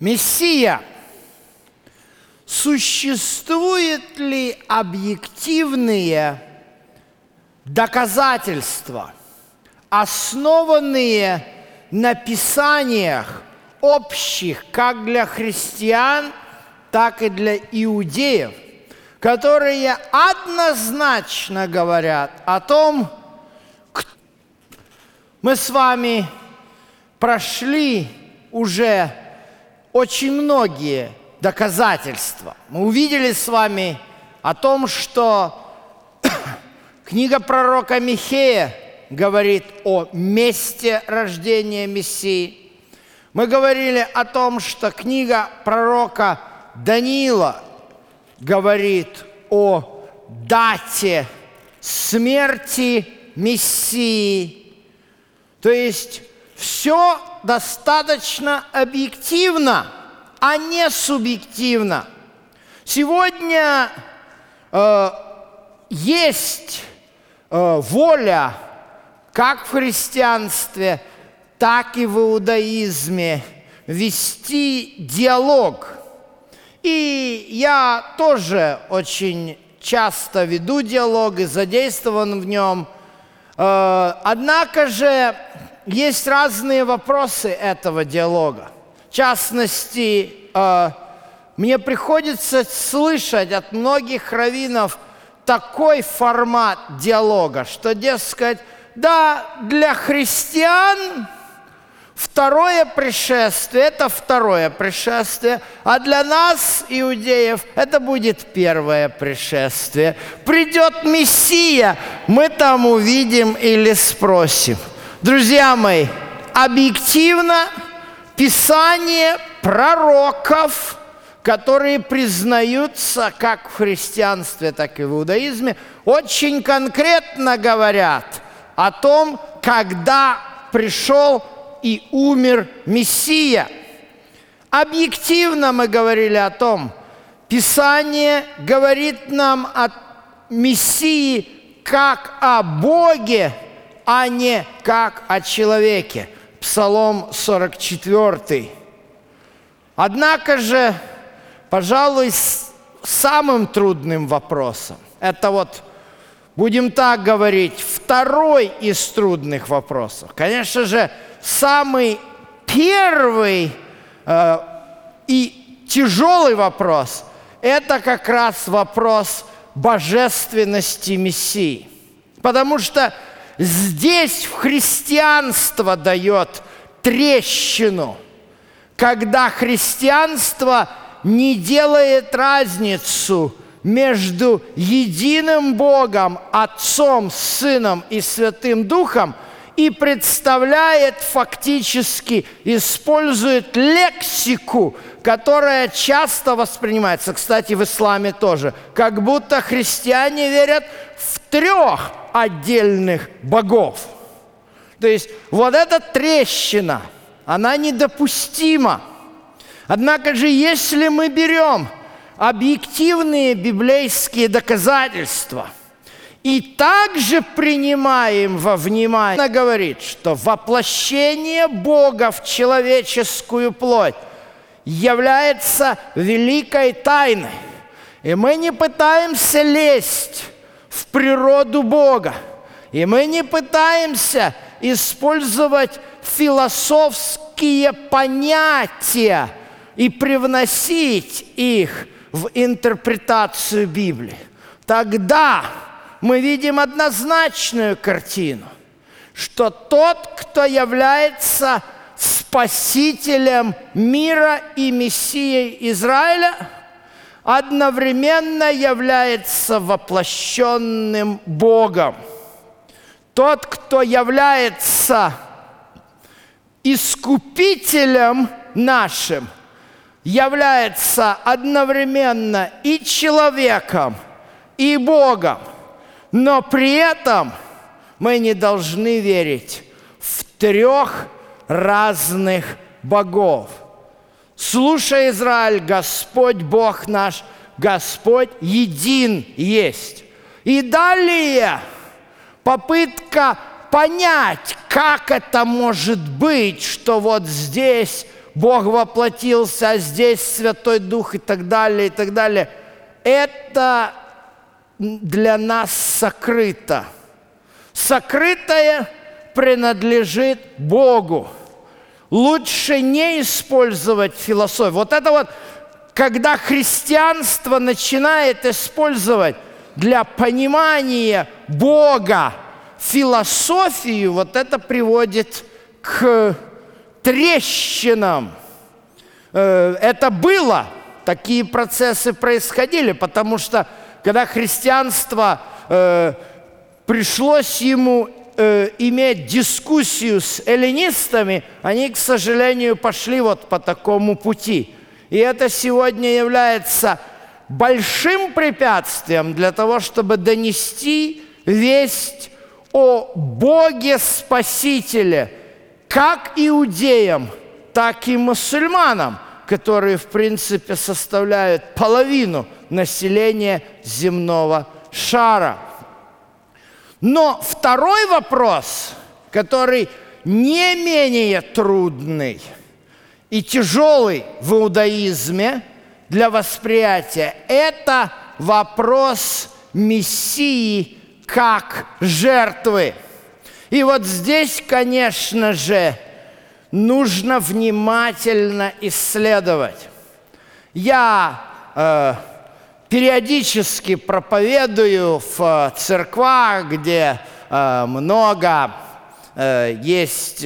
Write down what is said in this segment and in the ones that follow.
Мессия. Существуют ли объективные доказательства, основанные на писаниях общих как для христиан, так и для иудеев, которые однозначно говорят о том, мы с вами прошли уже очень многие доказательства. Мы увидели с вами о том, что книга пророка Михея говорит о месте рождения Мессии. Мы говорили о том, что книга пророка Даниила говорит о дате смерти Мессии. То есть все достаточно объективно, а не субъективно. Сегодня есть воля как в христианстве, так и в иудаизме вести диалог. И я тоже очень часто веду диалог и задействован в нем. Однако же есть разные вопросы этого диалога. В частности, мне приходится слышать от многих раввинов такой формат диалога, что, дескать, да, для христиан второе пришествие – это второе пришествие, а для нас, иудеев, это будет первое пришествие. Придет Мессия, мы там увидим или спросим. Друзья мои, объективно Писание пророков, которые признаются как в христианстве, так и в иудаизме, очень конкретно говорят о том, когда пришел и умер Мессия. Объективно мы говорили о том, Писание говорит нам о Мессии как о Боге, а не как о человеке. Псалом 44. Однако же, пожалуй, самым трудным вопросом, это вот, будем так говорить, второй из трудных вопросов. Конечно же, самый первый и тяжелый вопрос – это как раз вопрос божественности Мессии. Потому что здесь христианство дает трещину, когда христианство не делает разницу между единым Богом, Отцом, Сыном и Святым Духом и представляет фактически, использует лексику, которая часто воспринимается, кстати, в исламе тоже, как будто христиане верят в 3 отдельных богов. То есть вот эта трещина, она недопустима. Однако же, если мы берем объективные библейские доказательства и также принимаем во внимание, она говорит, что воплощение Бога в человеческую плоть является великой тайной. И мы не пытаемся лезть в природу Бога. И мы не пытаемся использовать философские понятия и привносить их в интерпретацию Библии. Тогда мы видим однозначную картину, что тот, кто является спасителем мира и Мессией Израиля, одновременно является воплощенным Богом. Тот, кто является искупителем нашим, является одновременно и человеком, и Богом. Но при этом мы не должны верить в 3 разных богов. Слушай, Израиль, Господь Бог наш, Господь един есть. И далее попытка понять, как это может быть, что вот здесь Бог воплотился, а здесь Святой Дух и так далее, и так далее. Это для нас сокрыто. Сокрытое принадлежит Богу. Лучше не использовать философию. Вот это вот, когда христианство начинает использовать для понимания Бога философию, вот это приводит к трещинам. Это было, такие процессы происходили, потому что когда христианство пришлось ему иметь дискуссию с эллинистами, они, к сожалению, пошли вот по такому пути. И это сегодня является большим препятствием для того, чтобы донести весть о Боге Спасителе как иудеям, так и мусульманам, которые, в принципе, составляют половину населения земного шара. Но второй вопрос, который не менее трудный и тяжелый в иудаизме для восприятия, это вопрос Мессии как жертвы. И вот здесь, конечно же, нужно внимательно исследовать. Я периодически проповедую в церквах, где много есть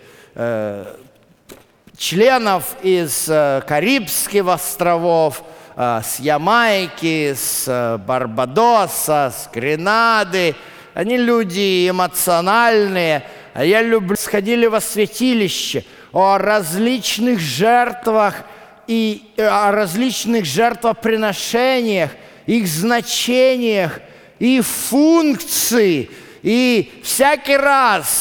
членов из Карибских островов, с Ямайки, с Барбадоса, с Гренады. Они люди эмоциональные. А я люблю. Сходили во святилище о различных жертвах и о различных жертвоприношениях, их значениях и функции. И всякий раз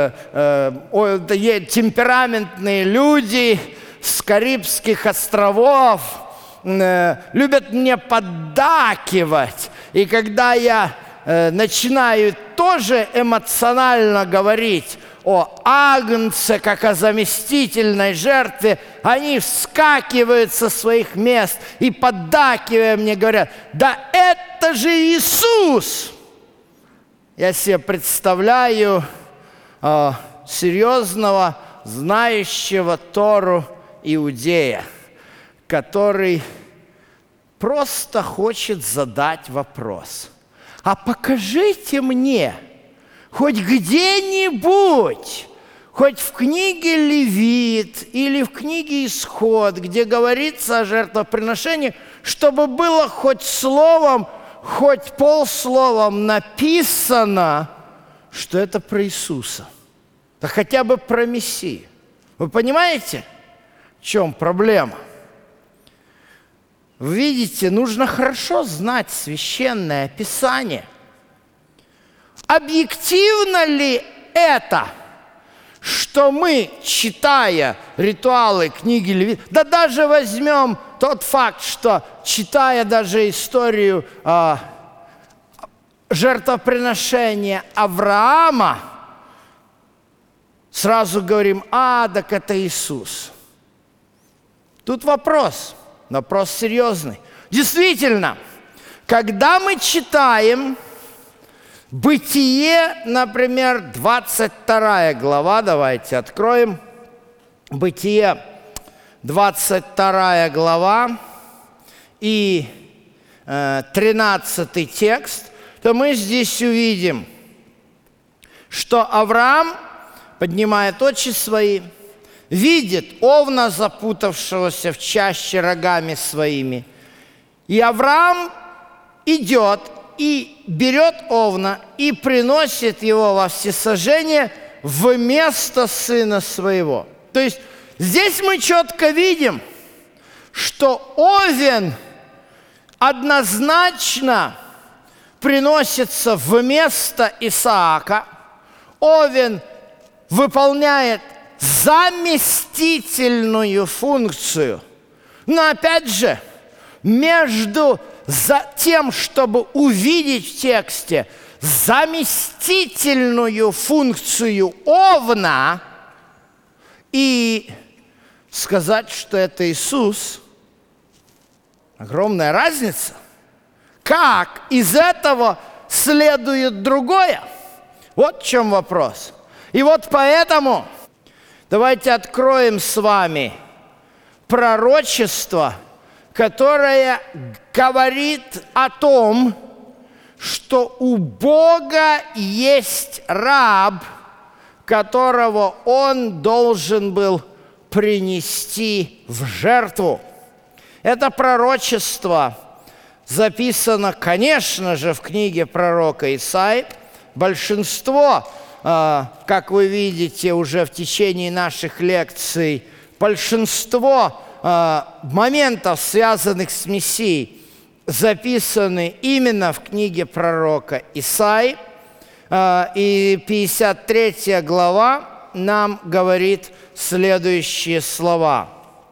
темпераментные люди с Карибских островов любят мне поддакивать. И когда я начинаю тоже эмоционально говорить о агнце, как о заместительной жертве, они вскакивают со своих мест и, поддакивая мне, говорят: да это же Иисус! Я себе представляю серьезного, знающего Тору иудея, который просто хочет задать вопрос: а покажите мне хоть где-нибудь, хоть в книге Левит или в книге Исход, где говорится о жертвоприношении, чтобы было хоть словом, хоть полсловом написано, что это про Иисуса, да хотя бы про Мессию. Вы понимаете, в чем проблема? Вы видите, нужно хорошо знать Священное Писание. Объективно ли это, что мы, читая ритуалы книги Левит, да даже возьмем тот факт, что, читая даже историю жертвоприношения Авраама, сразу говорим: так это Иисус. Тут вопрос серьезный. Действительно, когда мы читаем Бытие, например, 22 глава, давайте откроем, Бытие, 22 глава и 13 текст, то мы здесь увидим, что Авраам поднимает очи свои, видит овна, запутавшегося в чаще рогами своими. И Авраам идет и берет овна и приносит его во всесожжение вместо сына своего. То есть здесь мы четко видим, что овен однозначно приносится вместо Исаака. Овен выполняет заместительную функцию. Но опять же, между тем, чтобы увидеть в тексте заместительную функцию овна и сказать, что это Иисус. Огромная разница. Как из этого следует другое? Вот в чем вопрос. И вот поэтому давайте откроем с вами пророчество, которое говорит о том, что у Бога есть раб, которого Он должен был принести в жертву. Это пророчество записано, конечно же, в книге пророка Исаии. Большинство, как вы видите уже в течение наших лекций, большинство моментов, связанных с Мессией, записаны именно в книге пророка Исаии. И 53 глава нам говорит следующие слова.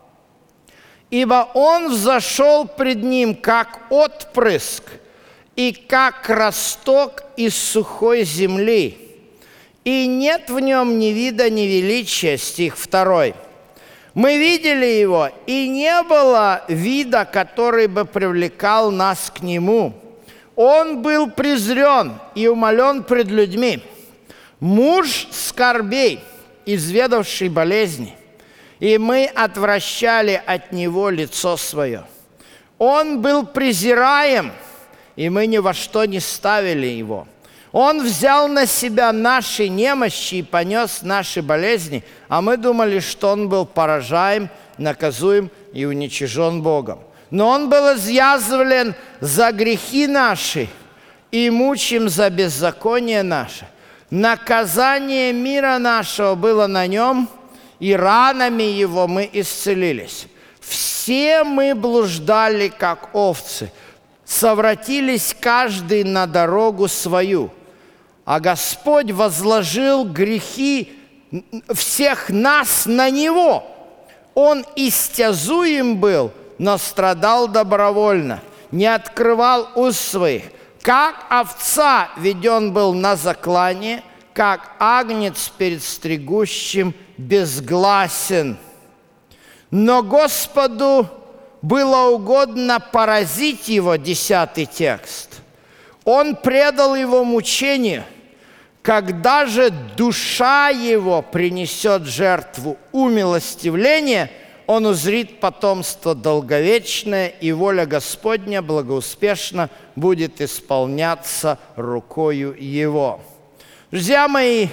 «Ибо он взошел пред ним, как отпрыск, и как росток из сухой земли, и нет в нем ни вида, ни величия». Стих 2. «Мы видели его, и не было вида, который бы привлекал нас к нему. Он был презрен и умолен пред людьми, муж скорбей, изведавший болезни, и мы отвращали от него лицо свое. Он был презираем, и мы ни во что не ставили его. Он взял на себя наши немощи и понес наши болезни, а мы думали, что он был поражаем, наказуем и уничижен Богом. Но он был изъязвлен за грехи наши и мучим за беззаконие наше. Наказание мира нашего было на нем, и ранами его мы исцелились. Все мы блуждали, как овцы, совратились каждый на дорогу свою, а Господь возложил грехи всех нас на Него. Он истязуем был, но страдал добровольно, не открывал уст своих. Как овца веден был на заклание, как агнец перед стригущим безгласен. Но Господу было угодно поразить его, 10 текст. Он предал его мучению. Когда же душа его принесет жертву умилостивления, он узрит потомство долговечное, и воля Господня благоуспешно будет исполняться рукою его. Друзья мои,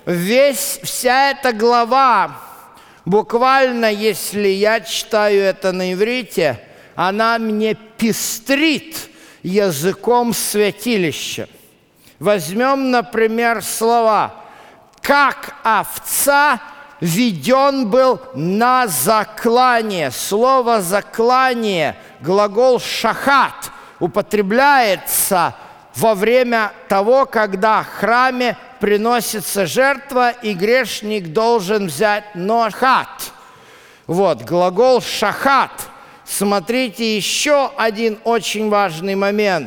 вся эта глава, буквально, если я читаю это на иврите, она мне пестрит языком святилища. Возьмем, например, слова «как овца веден был на заклание». Слово «заклание», глагол «шахат» употребляется во время того, когда в храме приносится жертва, и грешник должен взять нохат. Вот, глагол «шахат». Смотрите, еще один очень важный момент.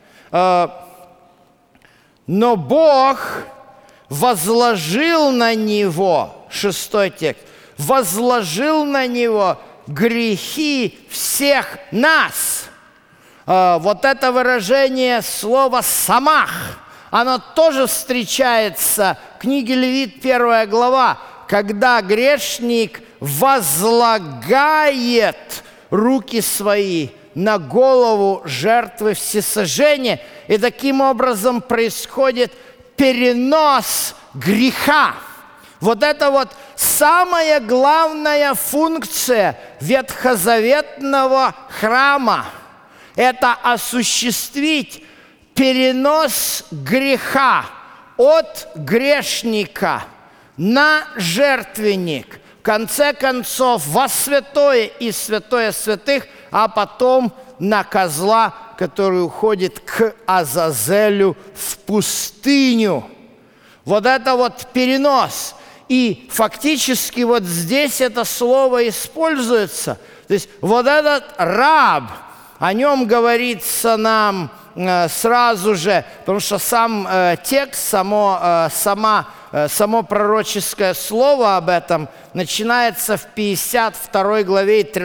Но Бог возложил на него, 6 текст, возложил на него грехи всех нас. Вот это выражение слова «самах», оно тоже встречается в книге Левит, 1 глава, когда грешник возлагает руки свои на голову жертвы всесожжения, и таким образом происходит перенос греха. Вот это вот самая главная функция ветхозаветного храма – это осуществить перенос греха от грешника на жертвенник, в конце концов, во святое и святое святых, а потом на козла, который уходит к Азазелю в пустыню. Вот это вот перенос. И фактически вот здесь это слово используется. То есть вот этот раб, о нем говорится нам сразу же, потому что сам текст, само пророческое слово об этом начинается в 52 главе и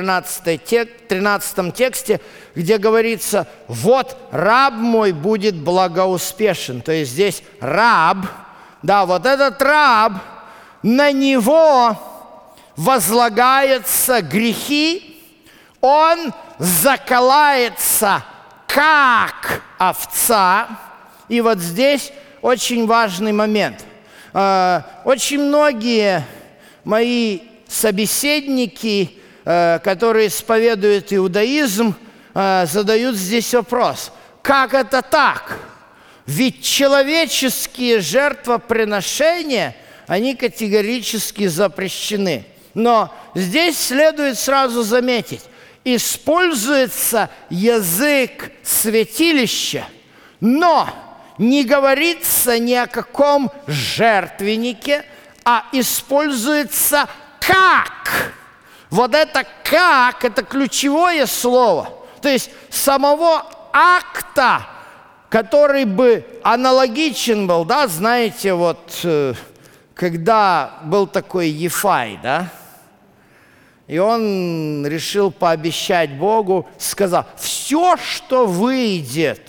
13 тексте, где говорится: «Вот раб мой будет благоуспешен». То есть здесь раб, да, вот этот раб, на него возлагаются грехи, он заколается как овца. И вот здесь очень важный момент. Очень многие мои собеседники, которые исповедуют иудаизм, задают здесь вопрос: как это так? Ведь человеческие жертвоприношения, они категорически запрещены. Но здесь следует сразу заметить: используется язык святилища, но не говорится ни о каком жертвеннике, а используется «как». Вот это «как» – это ключевое слово. То есть самого акта, который бы аналогичен был, да, знаете, вот когда был такой Ефай, да, и он решил пообещать Богу, сказав: «Все, что выйдет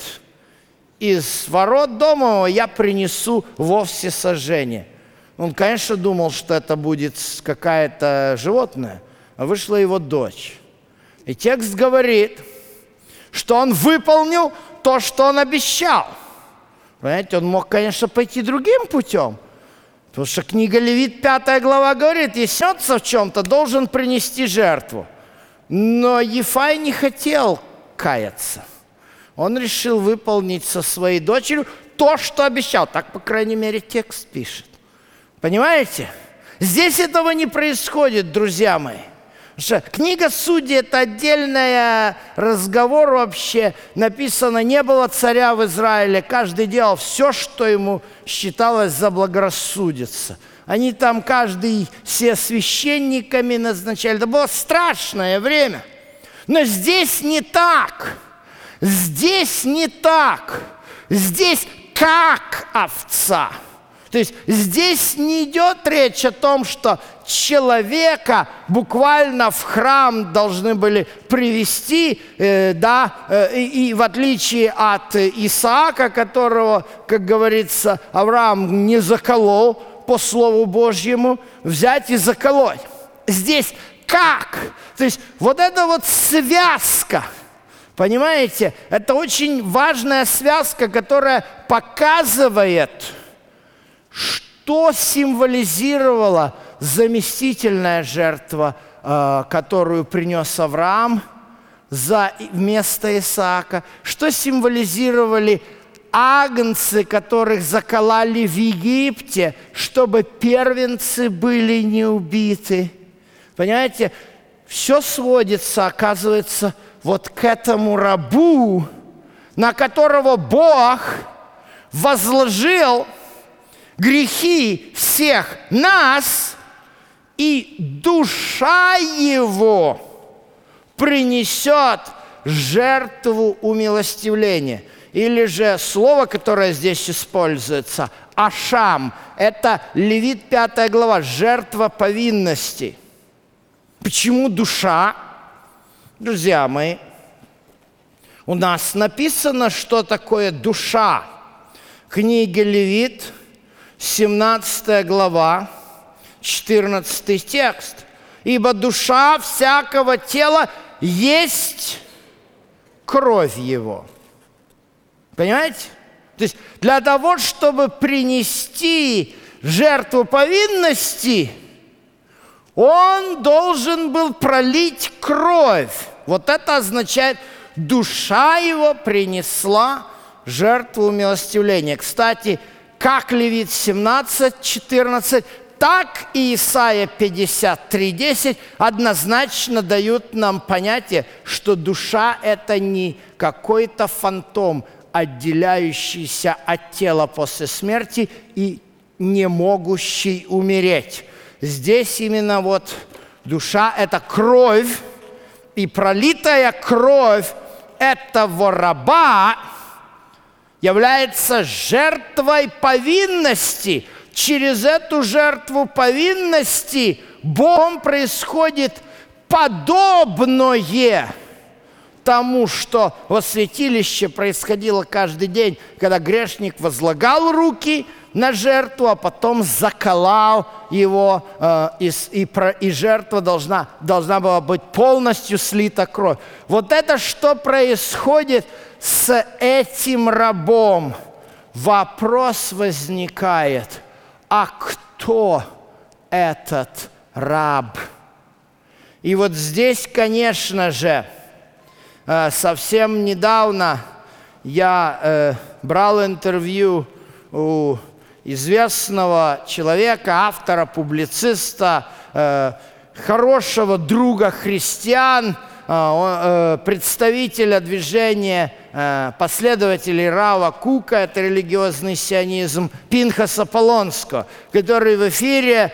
из ворот дома, я принесу во всесожжение». Он, конечно, думал, что это будет какое-то животное, а вышла его дочь. И текст говорит, что он выполнил то, что он обещал. Понимаете, он мог, конечно, пойти другим путем. Потому что книга Левит, 5 глава, говорит: если в чем-то, должен принести жертву. Но Ефай не хотел каяться. Он решил выполнить со своей дочерью то, что обещал. Так, по крайней мере, текст пишет. Понимаете? Здесь этого не происходит, друзья мои. Потому что книга Судей – это отдельный разговор вообще. Написано: не было царя в Израиле, каждый делал все, что ему считалось заблагорассудится. Они там каждый все священниками назначали. Это было страшное время. Но здесь не так. Здесь не так. Здесь как овца. То есть здесь не идет речь о том, что человека буквально в храм должны были привести, и в отличие от Исаака, которого, как говорится, Авраам не заколол по Слову Божьему, взять и заколоть. Здесь как? То есть вот эта вот связка, понимаете, это очень важная связка, которая показывает, что символизировала заместительная жертва, которую принес Авраам вместо Исаака, что символизировали агнцы, которых закололи в Египте, чтобы первенцы были не убиты. Понимаете, все сводится, оказывается, вот к этому рабу, на которого Бог возложил грехи всех нас, и душа его принесет жертву умилостивления. Или же слово, которое здесь используется, ашам, это Левит 5 глава, жертва повинности. Почему душа? Друзья мои, у нас написано, что такое душа. Книга Левит, 17 глава, 14 текст. «Ибо душа всякого тела есть кровь его». Понимаете? То есть для того, чтобы принести жертву повинности, он должен был пролить кровь. Вот это означает, душа его принесла жертву умилостивления. Кстати, как Левит 17:14, так и Исайя 53:10 однозначно дают нам понятие, что душа – это не какой-то фантом, отделяющийся от тела после смерти и не могущий умереть. Здесь именно вот душа – это кровь, и пролитая кровь этого раба является жертвой повинности. Через эту жертву повинности Богом происходит подобное тому, что во святилище происходило каждый день, когда грешник возлагал руки на жертву, а потом заколал его, и жертва должна была быть полностью слита кровь. Вот это что происходит с этим рабом? Вопрос возникает: а кто этот раб? И вот здесь, конечно же, совсем недавно я брал интервью у известного человека, автора, публициста, хорошего друга христиан, представителя движения последователей Рава Кука, это религиозный сионизм, Пинхаса Полонского, который в эфире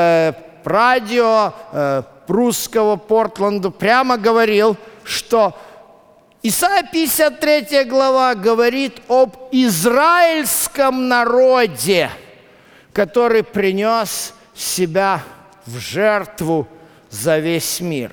радио русского Портленда прямо говорил, что Исайя 53 глава говорит об израильском народе, который принес себя в жертву за весь мир.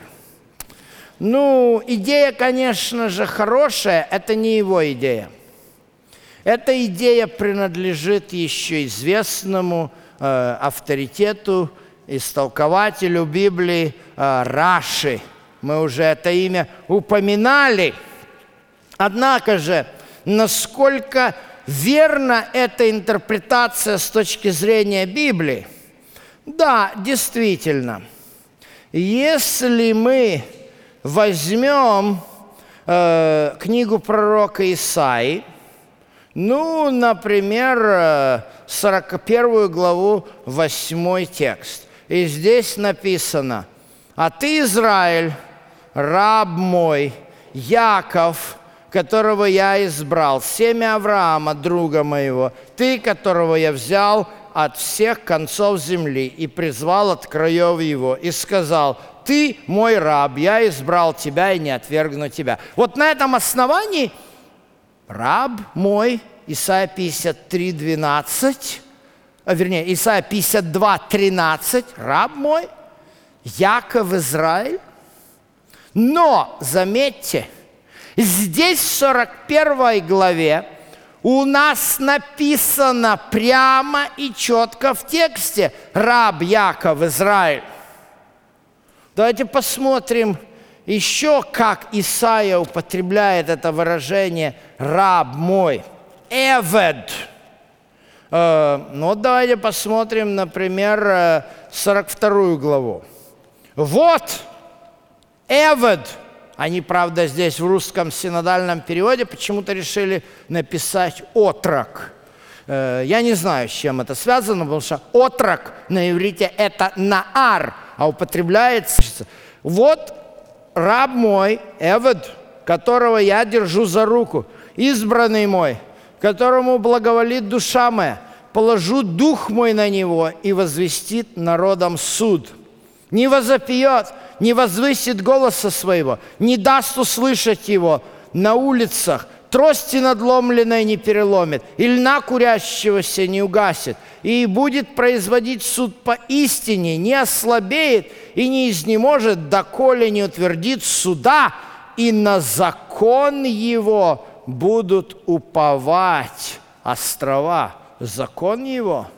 Ну, идея, конечно же, хорошая, это не его идея. Эта идея принадлежит еще известному авторитету, истолкователю Библии Раши. Мы уже это имя упоминали. Однако же, насколько верна эта интерпретация с точки зрения Библии? Да, действительно. Если мы возьмем книгу пророка Исаии, ну, например, 41 главу, 8 текст. И здесь написано: «А ты, Израиль, раб мой, Яков, которого я избрал, семя Авраама, друга моего, ты, которого я взял от всех концов земли и призвал от краев его, и сказал: ты мой раб, я избрал тебя и не отвергну тебя». Вот на этом основании раб мой, Исайя 53, 12, Исайя 52, 13, раб мой, Яков, Израиль. Но, заметьте, здесь в 41 главе у нас написано прямо и четко в тексте: раб Яков, Израиль. Давайте посмотрим еще, как Исаия употребляет это выражение «раб мой». «Эвед». Ну, давайте посмотрим, например, 42 главу. «Вот, Эвед». Они, правда, здесь в русском синодальном переводе почему-то решили написать «отрок». Я не знаю, с чем это связано, потому что «отрок» на иврите – это «наар», а употребляется «вот раб мой, Эвед, которого я держу за руку, избранный мой, которому благоволит душа моя, положу дух мой на него и возвестит народам суд. Не возопьет, не возвысит голоса своего, не даст услышать его на улицах, трости надломленной не переломит, и льна курящегося не угасит, и будет производить суд по истине, не ослабеет и не изнеможет, доколе не утвердит суда, и на закон его будут уповать острова». Закон его.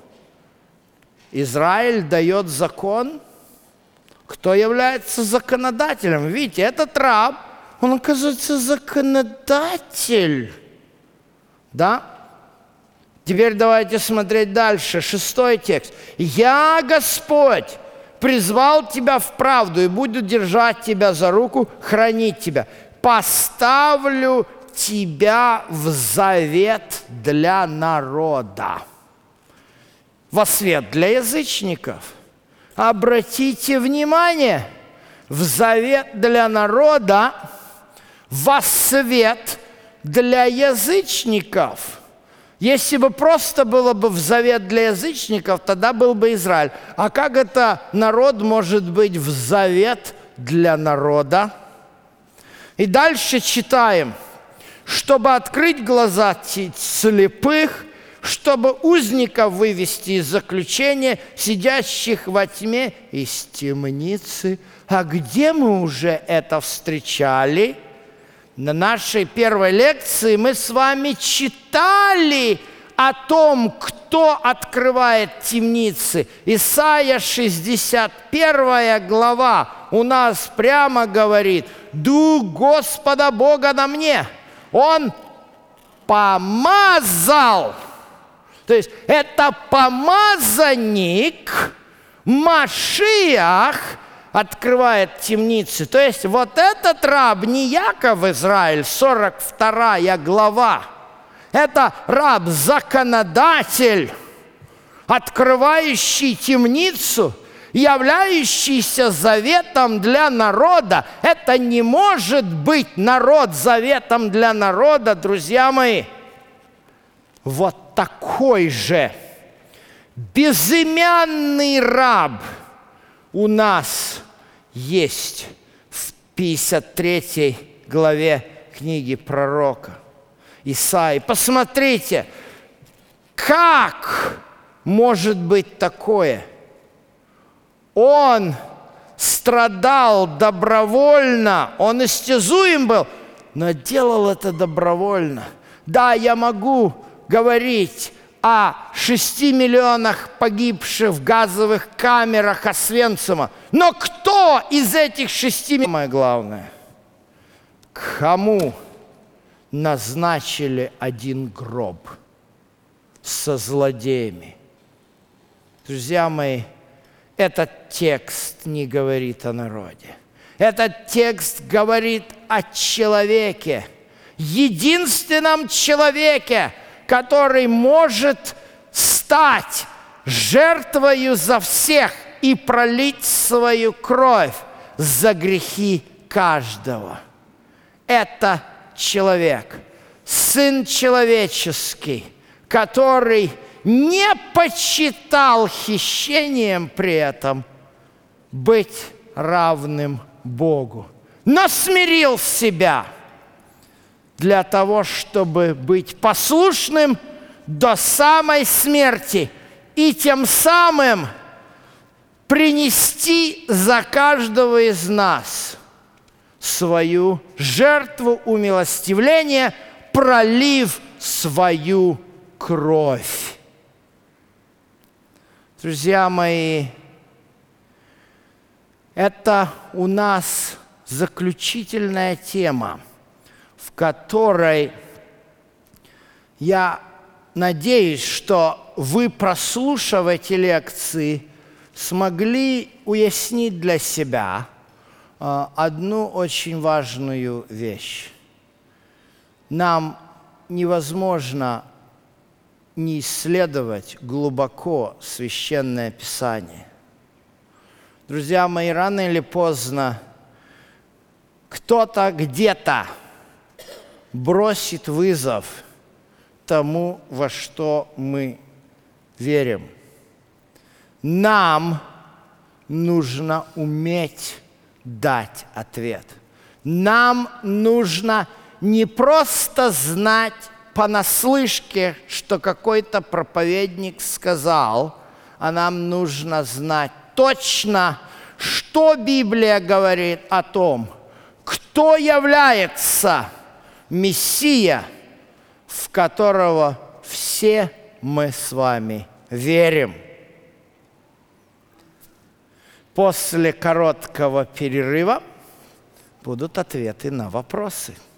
Израиль дает закон. Кто является законодателем? Видите, этот раб, он, оказывается, законодатель. Да? Теперь давайте смотреть дальше. 6 текст. «Я, Господь, призвал тебя в правду и буду держать тебя за руку, хранить тебя. Поставлю тебя в завет для народа». Во свет для язычников. Обратите внимание, в завет для народа, во свет для язычников. Если бы просто было бы в завет для язычников, тогда был бы Израиль. А как это народ может быть в завет для народа? И дальше читаем, чтобы открыть глаза слепых, чтобы узников вывести из заключения, сидящих во тьме из темницы». А где мы уже это встречали? На нашей первой лекции мы с вами читали о том, кто открывает темницы. Исайя 61 глава у нас прямо говорит: «Дух Господа Бога на мне, Он помазал». То есть это помазанник, Машиах, открывает темницы. То есть вот этот раб не Яков Израиль, 42 глава. Это раб-законодатель, открывающий темницу, являющийся заветом для народа. Это не может быть народ заветом для народа, друзья мои. Вот такой же безымянный раб у нас есть в 53 главе книги пророка Исаии. Посмотрите, как может быть такое? Он страдал добровольно, он истязуем был, но делал это добровольно. Да, я могу говорить о 6 миллионах погибших в газовых камерах Освенцима. Но кто из этих 6 миллионов? Самое главное, кому назначили один гроб со злодеями? Друзья мои, этот текст не говорит о народе. Этот текст говорит о человеке, единственном человеке, который может стать жертвою за всех и пролить свою кровь за грехи каждого. Это человек, Сын человеческий, который не почитал хищением при этом быть равным Богу, но смирил себя для того, чтобы быть послушным до самой смерти и тем самым принести за каждого из нас свою жертву умилостивления, пролив свою кровь. Друзья мои, это у нас заключительная тема, в которой я надеюсь, что вы, прослушав эти лекции, смогли уяснить для себя одну очень важную вещь. Нам невозможно не исследовать глубоко Священное Писание. Друзья мои, рано или поздно кто-то где-то бросит вызов тому, во что мы верим. Нам нужно уметь дать ответ. Нам нужно не просто знать понаслышке, что какой-то проповедник сказал, а нам нужно знать точно, что Библия говорит о том, кто является Мессия, в которого все мы с вами верим. После короткого перерыва будут ответы на вопросы.